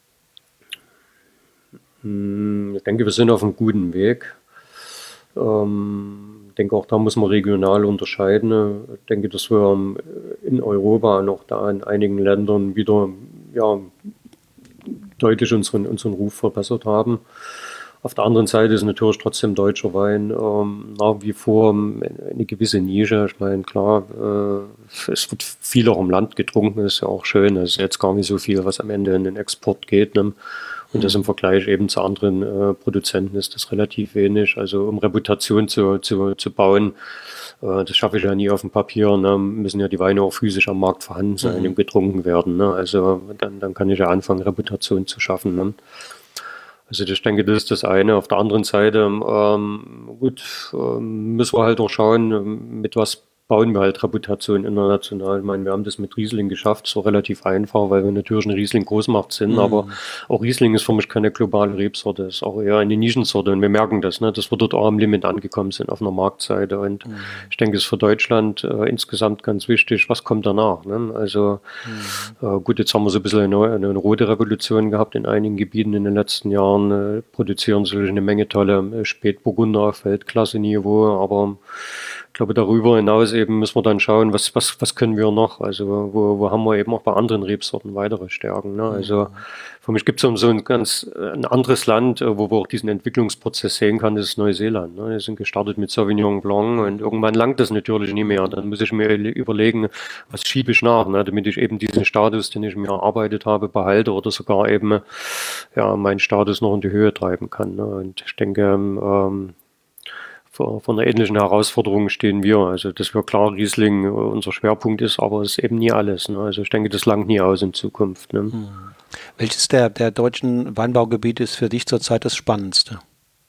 Ich denke, wir sind auf einem guten Weg. Ich denke, auch da muss man regional unterscheiden. Ich denke, dass wir in Europa und auch da in einigen Ländern wieder deutlich unseren Ruf verbessert haben. Auf der anderen Seite ist natürlich trotzdem deutscher Wein nach wie vor eine gewisse Nische. Ich meine, klar, es wird viel auch im Land getrunken, ist ja auch schön. Es ist jetzt gar nicht so viel, was am Ende in den Export geht. Ne? Und das im Vergleich eben zu anderen Produzenten ist das relativ wenig. Also um Reputation zu bauen, das schaffe ich ja nie auf dem Papier. Ne? Müssen ja die Weine auch physisch am Markt vorhanden sein und getrunken werden. Ne? Also dann kann ich ja anfangen, Reputation zu schaffen. Ne? Also ich denke, das ist das eine. Auf der anderen Seite, müssen wir halt auch schauen, mit was bauen wir halt Reputation international. Ich meine, wir haben das mit Riesling geschafft, so relativ einfach, weil wir natürlich eine Riesling-Großmacht sind, aber auch Riesling ist für mich keine globale Rebsorte, ist auch eher eine Nischensorte, und wir merken das, ne, dass wir dort auch am Limit angekommen sind auf einer Marktseite, und ich denke, es ist für Deutschland insgesamt ganz wichtig, was kommt danach, ne? Also gut, jetzt haben wir so ein bisschen eine rote Revolution gehabt in einigen Gebieten in den letzten Jahren, produzieren sicherlich eine Menge tolle Spätburgunder auf Weltklasse-Niveau, aber ich glaube, darüber hinaus eben müssen wir dann schauen, was können wir noch? Also wo haben wir eben auch bei anderen Rebsorten weitere Stärken? Ne? Also für mich gibt es so ein anderes Land, wo wir auch diesen Entwicklungsprozess sehen kann, das ist Neuseeland. Ne? Wir sind gestartet mit Sauvignon Blanc, und irgendwann langt das natürlich nicht mehr. Dann muss ich mir überlegen, was schiebe ich nach, ne? Damit ich eben diesen Status, den ich mir erarbeitet habe, behalte oder sogar eben meinen Status noch in die Höhe treiben kann. Ne? Und ich denke, vor einer ähnlichen Herausforderung stehen wir. Also, dass wir klar Riesling unser Schwerpunkt ist, aber es ist eben nie alles. Ne? Also, ich denke, das langt nie aus in Zukunft. Ne? Welches der deutschen Weinbaugebiete ist für dich zurzeit das spannendste?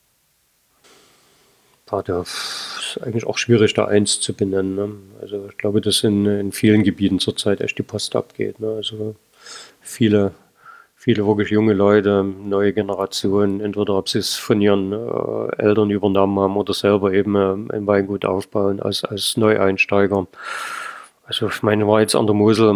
Das ist eigentlich auch schwierig, da eins zu benennen. Ne? Also, ich glaube, dass in vielen Gebieten zurzeit echt die Post abgeht. Ne? Also, viele viele wirklich junge Leute, neue Generationen, entweder ob sie es von ihren Eltern übernommen haben oder selber eben ein Weingut aufbauen als Neueinsteiger. Also ich meine, war jetzt an der Mosel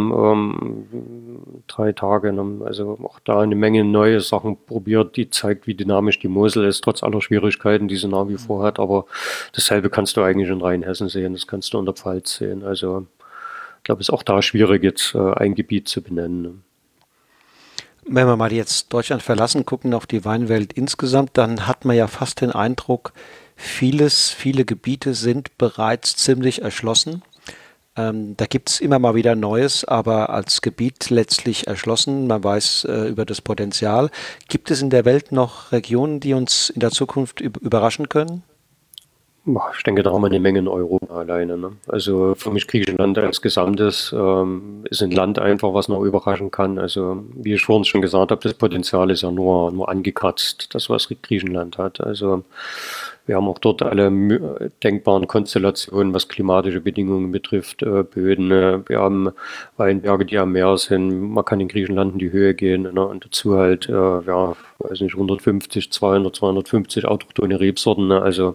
3 Tage, ne? Also auch da eine Menge neue Sachen probiert, die zeigt, wie dynamisch die Mosel ist, trotz aller Schwierigkeiten, die sie nach wie vor hat. Aber dasselbe kannst du eigentlich in Rheinhessen sehen, das kannst du in der Pfalz sehen. Also ich glaube, es ist auch da schwierig, jetzt ein Gebiet zu benennen. Ne? Wenn wir mal jetzt Deutschland verlassen, gucken auf die Weinwelt insgesamt, dann hat man ja fast den Eindruck, viele Gebiete sind bereits ziemlich erschlossen. Da gibt es immer mal wieder Neues, aber als Gebiet letztlich erschlossen. Man weiß über das Potenzial. Gibt es in der Welt noch Regionen, die uns in der Zukunft überraschen können? Ich denke, da haben wir eine Menge in Europa alleine. Ne? Also für mich Griechenland als Gesamtes ist ein Land einfach, was noch überraschen kann. Also wie ich vorhin schon gesagt habe, das Potenzial ist ja nur angekratzt, das was Griechenland hat. Also wir haben auch dort alle denkbaren Konstellationen, was klimatische Bedingungen betrifft, Böden. Wir haben Weinberge, die am Meer sind. Man kann in Griechenland in die Höhe gehen. Ne? Und dazu halt, weiß nicht, 150, 200, 250 autochthone Rebsorten. Ne? Also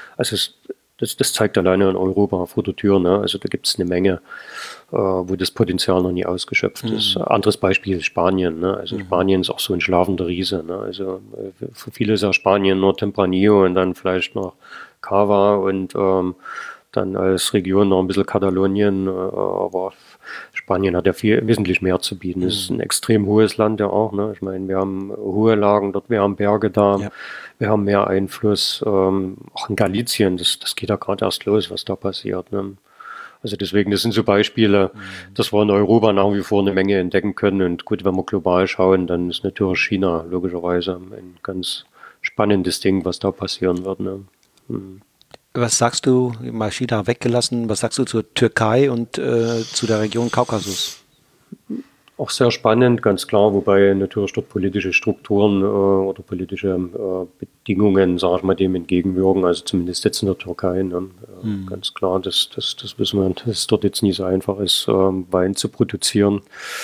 das zeigt alleine in Europa vor der Tür. Ne? Also da gibt es eine Menge, wo das Potenzial noch nie ausgeschöpft ist. Anderes Beispiel ist Spanien. Ne? Also Spanien ist auch so ein schlafender Riese. Ne? Also für viele ist ja Spanien nur Tempranillo und dann vielleicht noch Cava und dann als Region noch ein bisschen Katalonien. Aber Spanien hat ja wesentlich mehr zu bieten. Es ist ein extrem hohes Land ja auch. Ne? Ich meine, wir haben hohe Lagen dort, wir haben Berge da. Ja. Wir haben mehr Einfluss, auch in Galicien, das geht ja gerade erst los, was da passiert. Ne? Also deswegen, das sind so Beispiele, dass wir in Europa nach wie vor eine Menge entdecken können. Und gut, wenn wir global schauen, dann ist natürlich China logischerweise ein ganz spannendes Ding, was da passieren wird. Ne? Was sagst du, mal China weggelassen, was sagst du zur Türkei und zu der Region Kaukasus? Auch sehr spannend, ganz klar, wobei natürlich dort politische Strukturen oder politische Bedingungen, sage ich mal, dem entgegenwirken, also zumindest jetzt in der Türkei. Ne? Ganz klar, das wissen wir, dass es dort jetzt nicht so einfach ist, Wein zu produzieren.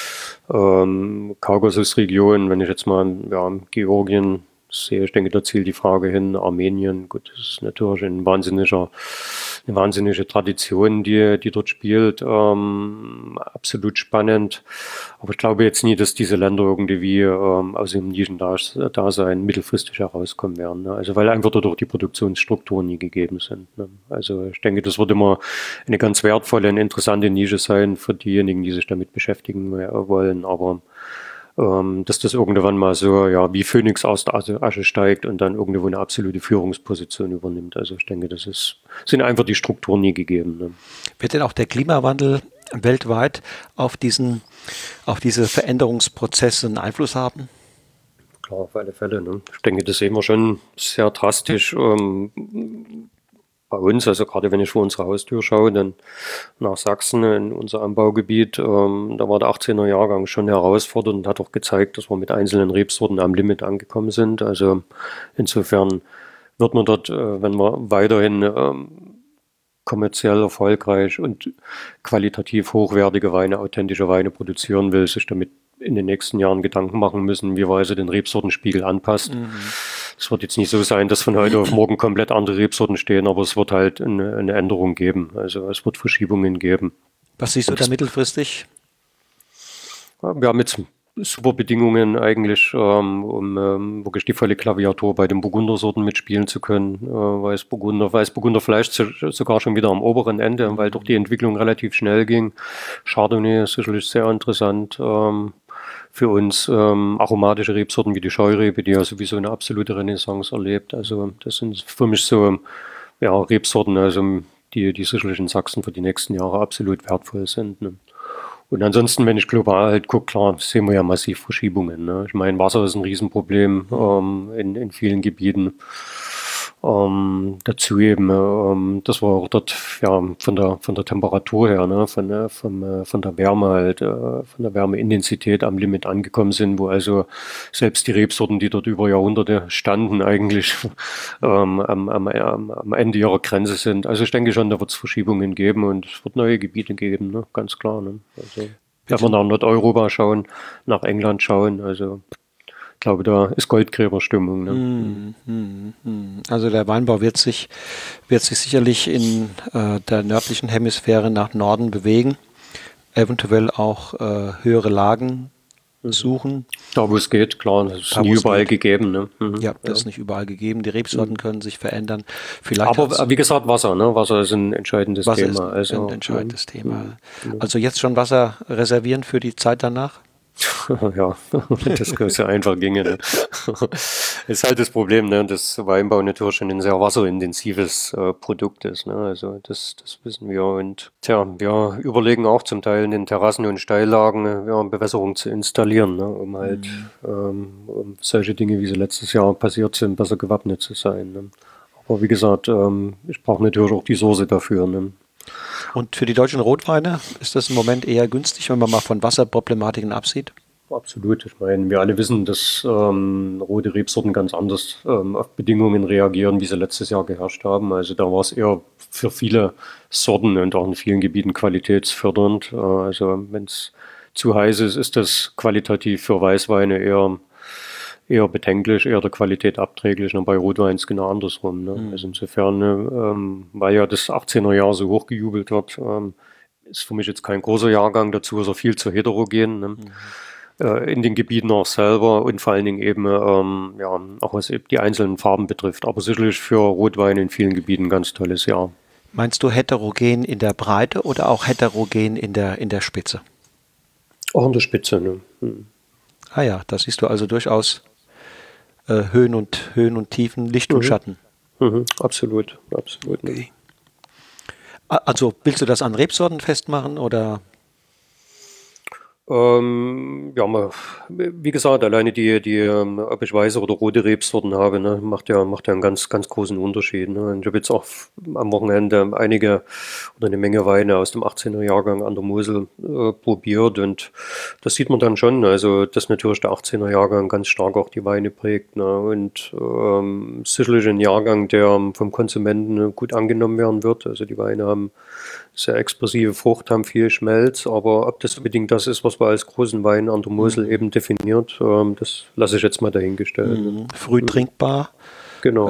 Kaukasusregion, wenn ich jetzt mal Georgien sehe, ich denke, da zielt die Frage hin, Armenien, gut, das ist natürlich eine wahnsinnige Tradition, die dort spielt, absolut spannend, aber ich glaube jetzt nie, dass diese Länder irgendwie aus dem Nischendasein mittelfristig herauskommen werden, ne? Also weil einfach dadurch die Produktionsstrukturen nie gegeben sind, ne? Also ich denke, das wird immer eine ganz wertvolle und interessante Nische sein für diejenigen, die sich damit beschäftigen wollen, aber dass das irgendwann mal so, ja, wie Phönix aus der Asche steigt und dann irgendwo eine absolute Führungsposition übernimmt. Also ich denke, sind einfach die Strukturen nie gegeben. Ne? Wird denn auch der Klimawandel weltweit auf diese Veränderungsprozesse einen Einfluss haben? Klar, auf alle Fälle. Ne? Ich denke, das sehen wir schon sehr drastisch bei uns, also gerade wenn ich vor unsere Haustür schaue, dann nach Sachsen in unser Anbaugebiet, da war der 18er Jahrgang schon herausfordernd und hat auch gezeigt, dass wir mit einzelnen Rebsorten am Limit angekommen sind. Also insofern wird man dort, wenn man weiterhin kommerziell erfolgreich und qualitativ hochwertige Weine, authentische Weine produzieren will, sich damit in den nächsten Jahren Gedanken machen müssen, wie weit den Rebsortenspiegel anpasst. Es wird jetzt nicht so sein, dass von heute auf morgen komplett andere Rebsorten stehen, aber es wird halt eine Änderung geben. Also es wird Verschiebungen geben. Was siehst du da mittelfristig? Wir haben jetzt super Bedingungen eigentlich, um wirklich die volle Klaviatur bei den Burgundersorten mitspielen zu können. Weißburgunder vielleicht sogar schon wieder am oberen Ende, weil doch die Entwicklung relativ schnell ging. Chardonnay ist sicherlich sehr interessant. Für uns aromatische Rebsorten wie die Scheurebe, die ja sowieso eine absolute Renaissance erlebt. Also das sind für mich so Rebsorten, also die sicherlich in Sachsen für die nächsten Jahre absolut wertvoll sind. Ne? Und ansonsten, wenn ich global halt gucke, klar, sehen wir ja massiv Verschiebungen. Ne? Ich meine, Wasser ist ein Riesenproblem in vielen Gebieten. Dazu eben, dass wir auch dort von der Temperatur her, ne, von der Wärme halt, von der Wärmeintensität am Limit angekommen sind, wo also selbst die Rebsorten, die dort über Jahrhunderte standen, eigentlich am Ende ihrer Grenze sind. Also ich denke schon, da wird es Verschiebungen geben und es wird neue Gebiete geben, ne, ganz klar. Ne? Also. Wenn wir nach Nordeuropa schauen, nach England schauen, also ich glaube, da ist Goldgräberstimmung. Ne? Also der Weinbau wird sich sicherlich in der nördlichen Hemisphäre nach Norden bewegen, eventuell auch höhere Lagen suchen. Da, wo es geht, klar, das ist nie überall gegeben. Ne? Ja, das ist nicht überall gegeben. Die Rebsorten können sich verändern. Vielleicht aber wie gesagt, Wasser, ne? Wasser ist ein entscheidendes Wasser Thema. Ist ein entscheidendes Thema. Also jetzt schon Wasser reservieren für die Zeit danach? Ja, das ja einfach ginge. Ne? Ist halt das Problem, ne? Dass Weinbau natürlich schon ein sehr wasserintensives Produkt ist. Ne? Also das wissen wir. Und wir überlegen auch zum Teil in den Terrassen und Steillagen Bewässerung zu installieren, ne? Um halt um solche Dinge, wie sie letztes Jahr passiert sind, besser gewappnet zu sein. Ne? Aber wie gesagt, ich brauche natürlich auch die Soße dafür. Ne? Und für die deutschen Rotweine ist das im Moment eher günstig, wenn man mal von Wasserproblematiken absieht? Absolut. Ich meine, wir alle wissen, dass rote Rebsorten ganz anders auf Bedingungen reagieren, wie sie letztes Jahr geherrscht haben. Also da war es eher für viele Sorten und auch in vielen Gebieten qualitätsfördernd. Also wenn es zu heiß ist, ist das qualitativ für Weißweine eher bedenklich, eher der Qualität abträglich. Und bei Rotwein ist es genau andersrum. Ne? Also insofern, weil ja das 18er Jahr so hochgejubelt wird, ist für mich jetzt kein großer Jahrgang. Dazu ist er viel zu heterogen. Ne? In den Gebieten auch selber und vor allen Dingen eben auch was die einzelnen Farben betrifft. Aber sicherlich für Rotwein in vielen Gebieten ein ganz tolles Jahr. Meinst du heterogen in der Breite oder auch heterogen in der Spitze? Auch in der Spitze, ne? Ah ja, da siehst du also durchaus Höhen und Tiefen, Licht und Schatten. Absolut. Okay. Also willst du das an Rebsorten festmachen oder? Wie gesagt, alleine ob ich weiße oder rote Rebsorten habe, ne, macht ja einen ganz, ganz großen Unterschied. Ne? Und ich habe jetzt auch am Wochenende eine Menge Weine aus dem 18er Jahrgang an der Mosel probiert und das sieht man dann schon, also dass natürlich der 18er Jahrgang ganz stark auch die Weine prägt. Ne? Und sicherlich ein Jahrgang, der vom Konsumenten gut angenommen werden wird. Also die Weine haben sehr expressive Frucht, haben viel Schmelz, aber ob das unbedingt das ist, was man als großen Wein an der Mosel eben definiert, das lasse ich jetzt mal dahingestellt. Früh trinkbar. Genau.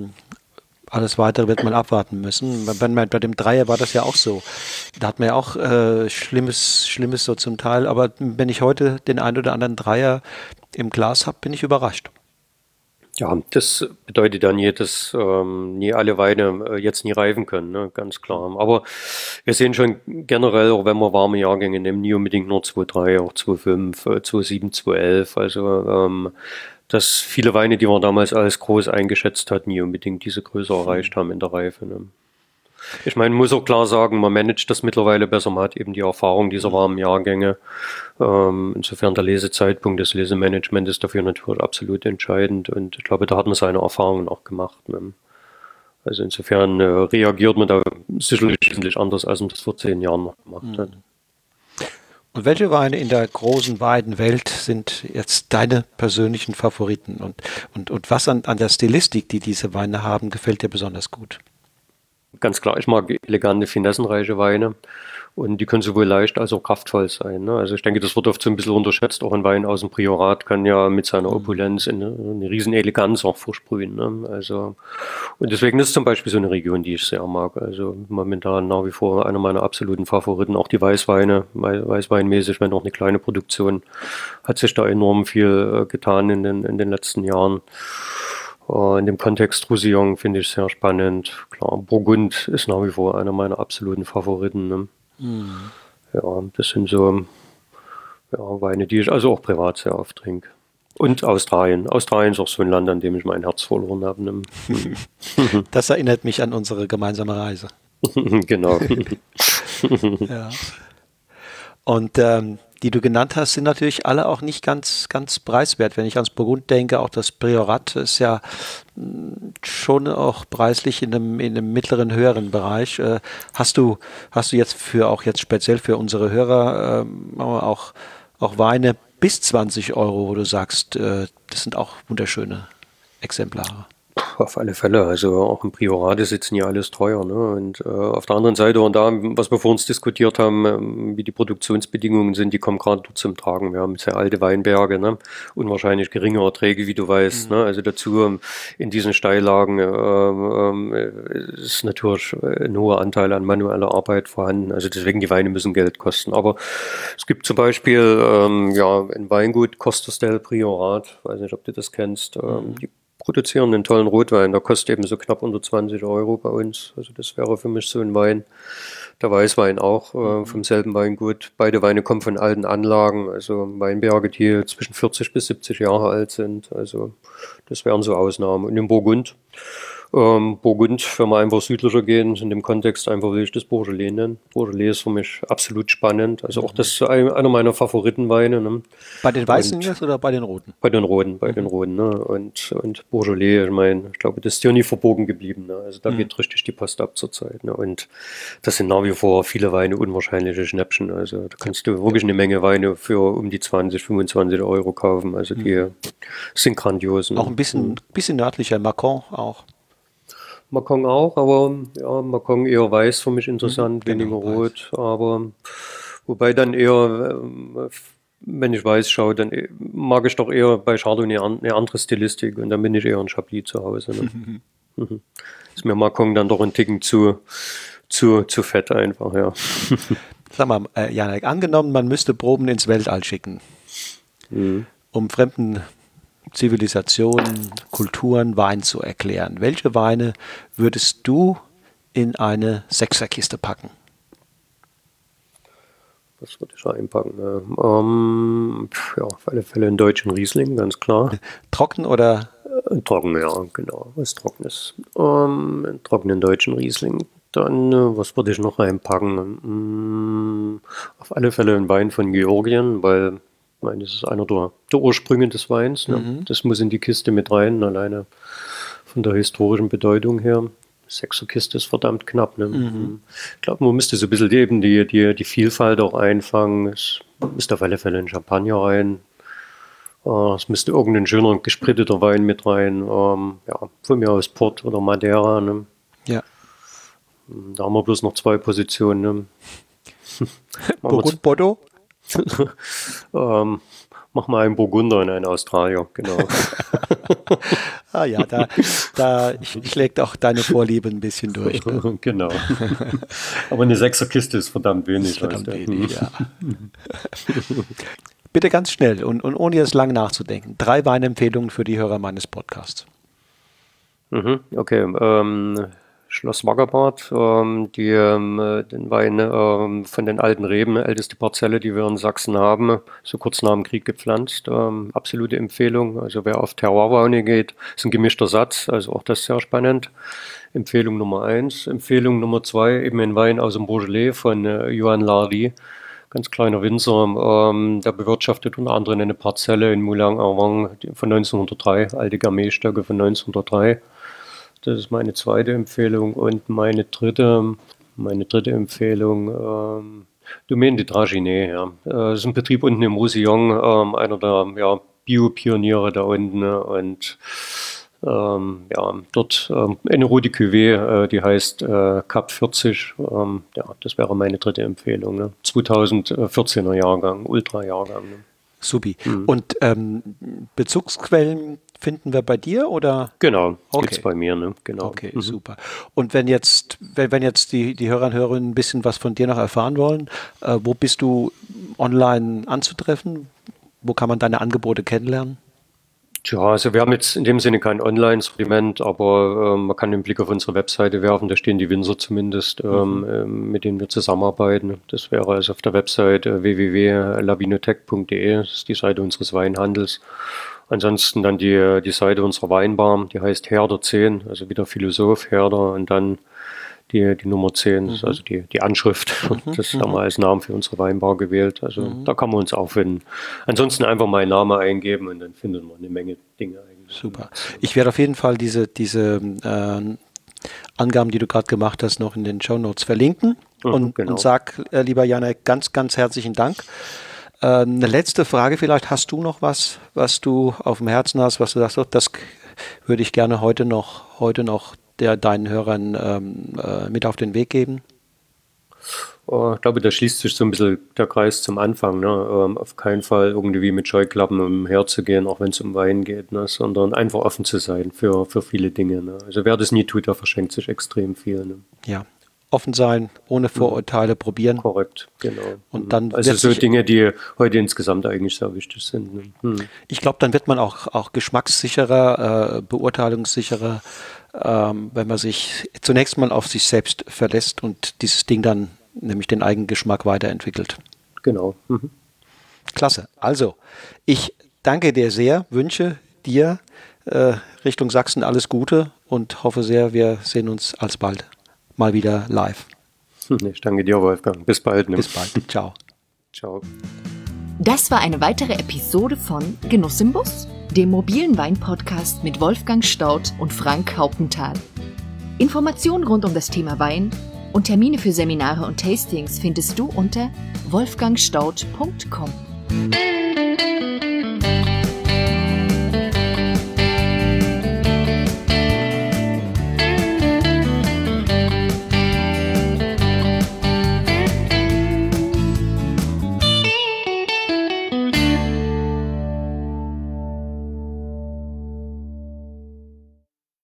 Alles Weitere wird man abwarten müssen. Bei dem Dreier war das ja auch so. Da hat man ja auch Schlimmes so zum Teil, aber wenn ich heute den einen oder anderen Dreier im Glas habe, bin ich überrascht. Ja, das bedeutet ja nie, dass nie alle Weine jetzt nie reifen können, ne? Ganz klar. Aber wir sehen schon generell, auch wenn wir warme Jahrgänge nehmen, nie unbedingt nur 2,3, auch 2,5, 2,7, 2,11. Also dass viele Weine, die man damals als groß eingeschätzt hat, nie unbedingt diese Größe erreicht haben in der Reife. Ne? Ich meine, muss auch klar sagen, man managt das mittlerweile besser, man hat eben die Erfahrung dieser warmen Jahrgänge. Insofern der Lesezeitpunkt, das Lesemanagement ist dafür natürlich absolut entscheidend und ich glaube, da hat man seine Erfahrungen auch gemacht. Ne? Also insofern reagiert man da sicherlich wesentlich anders, als man das vor 10 Jahren noch gemacht hat. Und welche Weine in der großen, weiten Welt sind jetzt deine persönlichen Favoriten und was an der Stilistik, die diese Weine haben, gefällt dir besonders gut? Ganz klar, ich mag elegante, finessenreiche Weine und die können sowohl leicht als auch kraftvoll sein. Ne? Also ich denke, das wird oft so ein bisschen unterschätzt. Auch ein Wein aus dem Priorat kann ja mit seiner Opulenz eine riesen Eleganz auch versprühen. Ne? Also, und deswegen ist es zum Beispiel so eine Region, die ich sehr mag. Also momentan nach wie vor einer meiner absoluten Favoriten. Auch die Weißweine, weißweinmäßig, wenn auch eine kleine Produktion, hat sich da enorm viel getan in den letzten Jahren. In dem Kontext Roussillon finde ich sehr spannend. Klar, Burgund ist nach wie vor einer meiner absoluten Favoriten. Ne? Ja, das sind so Weine, die ich also auch privat sehr oft trinke. Und Australien. Australien ist auch so ein Land, an dem ich mein Herz verloren habe. Ne? Das erinnert mich an unsere gemeinsame Reise. Genau. Ja. Und die du genannt hast, sind natürlich alle auch nicht ganz preiswert. Wenn ich ans Burgund denke, auch das Priorat ist ja schon auch preislich in einem mittleren, höheren Bereich. Hast du jetzt speziell für unsere Hörer auch Weine bis 20 Euro, wo du sagst, das sind auch wunderschöne Exemplare? Auf alle Fälle. Also auch im Priorat ist jetzt nie alles teuer. Ne? Und auf der anderen Seite, und da, was wir vor uns diskutiert haben, wie die Produktionsbedingungen sind, die kommen gerade dort zum Tragen. Wir haben sehr alte Weinberge, ne? Unwahrscheinlich geringe Erträge, wie du weißt. Ne? Also dazu in diesen Steillagen ist natürlich ein hoher Anteil an manueller Arbeit vorhanden. Also deswegen, die Weine müssen Geld kosten. Aber es gibt zum Beispiel ein Weingut, Costerstel Priorat, weiß nicht, ob du das kennst, die produzieren einen tollen Rotwein, der kostet eben so knapp unter 20 Euro bei uns. Also das wäre für mich so ein Wein. Der Weißwein auch vom selben Weingut. Beide Weine kommen von alten Anlagen, also Weinberge, die zwischen 40 bis 70 Jahre alt sind. Also das wären so Ausnahmen. Und im Burgund, wenn wir einfach südlicher gehen, in dem Kontext einfach will ich das Beaujolais nennen. Beaujolais ist für mich absolut spannend. Also auch das ist einer meiner Favoritenweine. Ne? Bei den Weißen jetzt oder bei den Roten? Bei den Roten. Ne? Und Beaujolais, ich glaube, das ist ja nie verborgen geblieben. Ne? Also da geht richtig die Post ab zurzeit. Ne? Und das sind nach wie vor viele Weine unwahrscheinliche Schnäppchen. Also da kannst du wirklich eine Menge Weine für um die 20, 25 Euro kaufen. Also die sind grandios. Ne? Auch ein bisschen nördlicher, Macon auch. Macon auch, aber ja, Macon eher weiß für mich interessant, weniger rot. Aber wobei dann eher, wenn ich weiß schaue, dann mag ich doch eher bei Chardonnay eine andere Stilistik und dann bin ich eher ein Chablis zu Hause. Ne? Ist mir Macon dann doch ein Ticken zu fett einfach, ja. Sag mal, Janek, angenommen, man müsste Proben ins Weltall schicken, um fremden Zivilisationen, Kulturen Wein zu erklären. Welche Weine würdest du in eine Sechserkiste packen? Was würde ich einpacken? Auf alle Fälle einen deutschen Riesling, ganz klar. Trocken oder? Trocken, ja, genau. Was Trockenes. Einen trockenen deutschen Riesling. Dann, was würde ich noch reinpacken? Auf alle Fälle ein Wein von Georgien, weil ich meine, das ist einer der Ursprünge des Weins. Ne? Das muss in die Kiste mit rein, alleine von der historischen Bedeutung her. Sechserkiste ist verdammt knapp. Ne? Ich glaube, man müsste so ein bisschen eben die Vielfalt auch einfangen. Es müsste auf alle Fälle ein Champagner rein. Es müsste irgendein schöner gespritteter Wein mit rein. Von mir aus Port oder Madeira. Ne? Ja. Da haben wir bloß noch 2 Positionen. Ne? Burgund, Bordeaux? Mach mal einen Burgunder und einen Australier, genau. Ich schlägt auch deine Vorliebe ein bisschen durch. Ne? Genau. Aber eine Sechserkiste ist verdammt wenig. Ja. Bitte ganz schnell und ohne jetzt lang nachzudenken. 3 Weinempfehlungen für die Hörer meines Podcasts. Okay, Schloss Wackerbad, den Wein von den alten Reben, älteste Parzelle, die wir in Sachsen haben, so kurz nach dem Krieg gepflanzt. Absolute Empfehlung. Also wer auf Terroirweine geht, ist ein gemischter Satz, also auch das sehr spannend. Empfehlung Nummer 1. Empfehlung Nummer 2, eben ein Wein aus dem Beaujolais von Johann Lardy. Ganz kleiner Winzer, der bewirtschaftet unter anderem eine Parzelle in Moulin-Arvang von 1903, alte Gamay-Stöcke von 1903. Das ist meine zweite Empfehlung. Und meine dritte Empfehlung, Domaine de Draginets. Ja. Das ist ein Betrieb unten im Roussillon, einer der Bio-Pioniere da unten. Und dort eine rote Cuvée, die heißt Cap 40. Das wäre meine dritte Empfehlung. Ne? 2014er Jahrgang, Ultra-Jahrgang. Ne? Supi. Und Bezugsquellen finden wir bei dir oder? Genau, gibt's bei mir, ne? Genau. Okay, super. Und wenn jetzt die Hörer und Hörerinnen ein bisschen was von dir noch erfahren wollen, wo bist du online anzutreffen? Wo kann man deine Angebote kennenlernen? Ja, also wir haben jetzt in dem Sinne kein Online-Sortiment, aber man kann den Blick auf unsere Webseite werfen, da stehen die Winzer zumindest, mit denen wir zusammenarbeiten. Das wäre also auf der Webseite www.lavinotech.de, das ist die Seite unseres Weinhandels. Ansonsten dann die Seite unserer Weinbar, die heißt Herder 10, also wieder Philosoph Herder und dann die Nummer 10, das ist also die Anschrift. Das haben wir als Namen für unsere Weinbar gewählt. Also da kann man uns auch finden. Ansonsten einfach meinen Namen eingeben und dann findet man eine Menge Dinge eigentlich. Super. Ich werde auf jeden Fall diese Angaben, die du gerade gemacht hast, noch in den Shownotes verlinken. Und sag, lieber Janek, ganz, ganz herzlichen Dank. Eine letzte Frage vielleicht. Hast du noch was du auf dem Herzen hast, was du sagst, das würde ich gerne heute noch deinen Hörern mit auf den Weg geben? Ich glaube, da schließt sich so ein bisschen der Kreis zum Anfang. Ne? Auf keinen Fall irgendwie mit Scheuklappen umherzugehen, auch wenn es um Wein geht, ne? Sondern einfach offen zu sein für viele Dinge. Ne? Also wer das nie tut, der verschenkt sich extrem viel. Ne? Ja, offen sein, ohne Vorurteile probieren. Korrekt, genau. Und dann also so Dinge, die heute insgesamt eigentlich sehr wichtig sind. Ne? Ich glaube, dann wird man auch geschmackssicherer, beurteilungssicherer, wenn man sich zunächst mal auf sich selbst verlässt und dieses Ding dann, nämlich den eigenen Geschmack, weiterentwickelt. Genau. Klasse. Also, ich danke dir sehr, wünsche dir Richtung Sachsen alles Gute und hoffe sehr, wir sehen uns alsbald mal wieder live. Ich danke dir, Wolfgang. Bis bald. Ne? Bis bald. Ciao. Ciao. Das war eine weitere Episode von Genuss im Bus, dem mobilen Wein-Podcast mit Wolfgang Staudt und Frank Hauptenthal. Informationen rund um das Thema Wein und Termine für Seminare und Tastings findest du unter wolfgangstaudt.com.